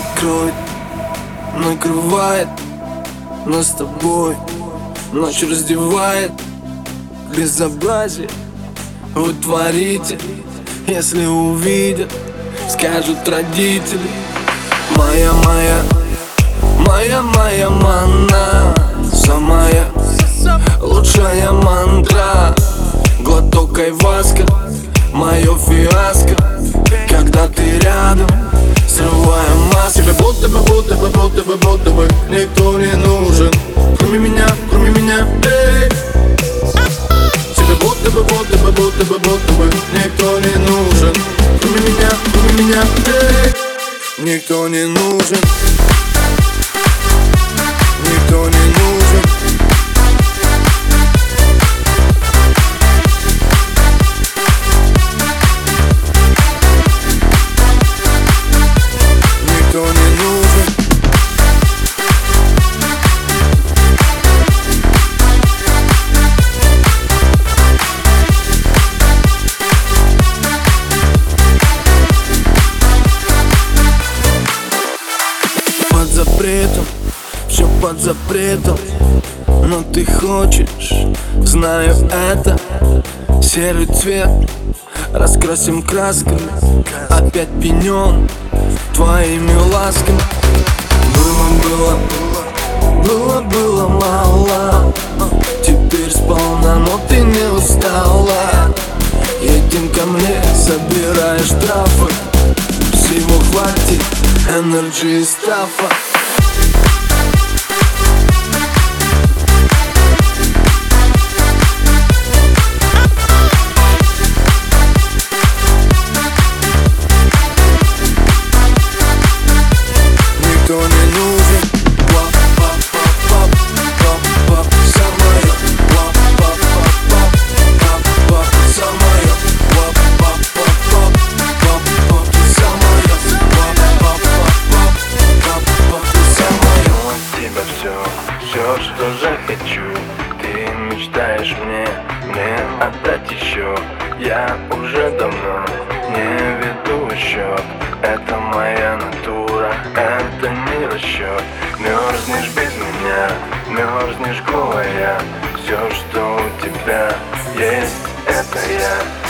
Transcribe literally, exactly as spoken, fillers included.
кроет, накрывает нас с тобой. Ночь раздевает, безобразие вы творите. Если увидят, скажут родители. Моя, моя, моя, моя манна, самая лучшая мантра. Глоток айваска, мое фиаско. Когда ты рядом, срываем маски. Тебе будто бы, будто бы, будто бы, будто бы никто не нужен, кроме меня, кроме меня, эй. Тебе будто бы, будто бы, будто бы, будто бы никто не нужен, кроме меня, кроме меня, эй. Никто не нужен, никто не нужен. Никто не нужен. Под запретом, все под запретом, но ты хочешь, знаю это. Серый цвет раскрасим красками, опять пьянен твоими ласками. Было, было, было, было мало, теперь сполна, но ты не устала. Едем ко мне, собираешь штрафы, всего хватит энерджи и стафа. Никто не нужен. Пап-пап-пап-пап-пап, самая. Пап-пап-пап-пап-пап, самая. Пап-пап-пап-пап-пап, самая. Пап-пап-пап-пап-пап, самая. От тебя все, все, что захочу. Ты мечтаешь мне, мне отдать еще. Я уже давно не веду счет. Это моя натура, это не расчет. Мерзнешь без меня, мерзнешь голая. Все, что у тебя есть, это я.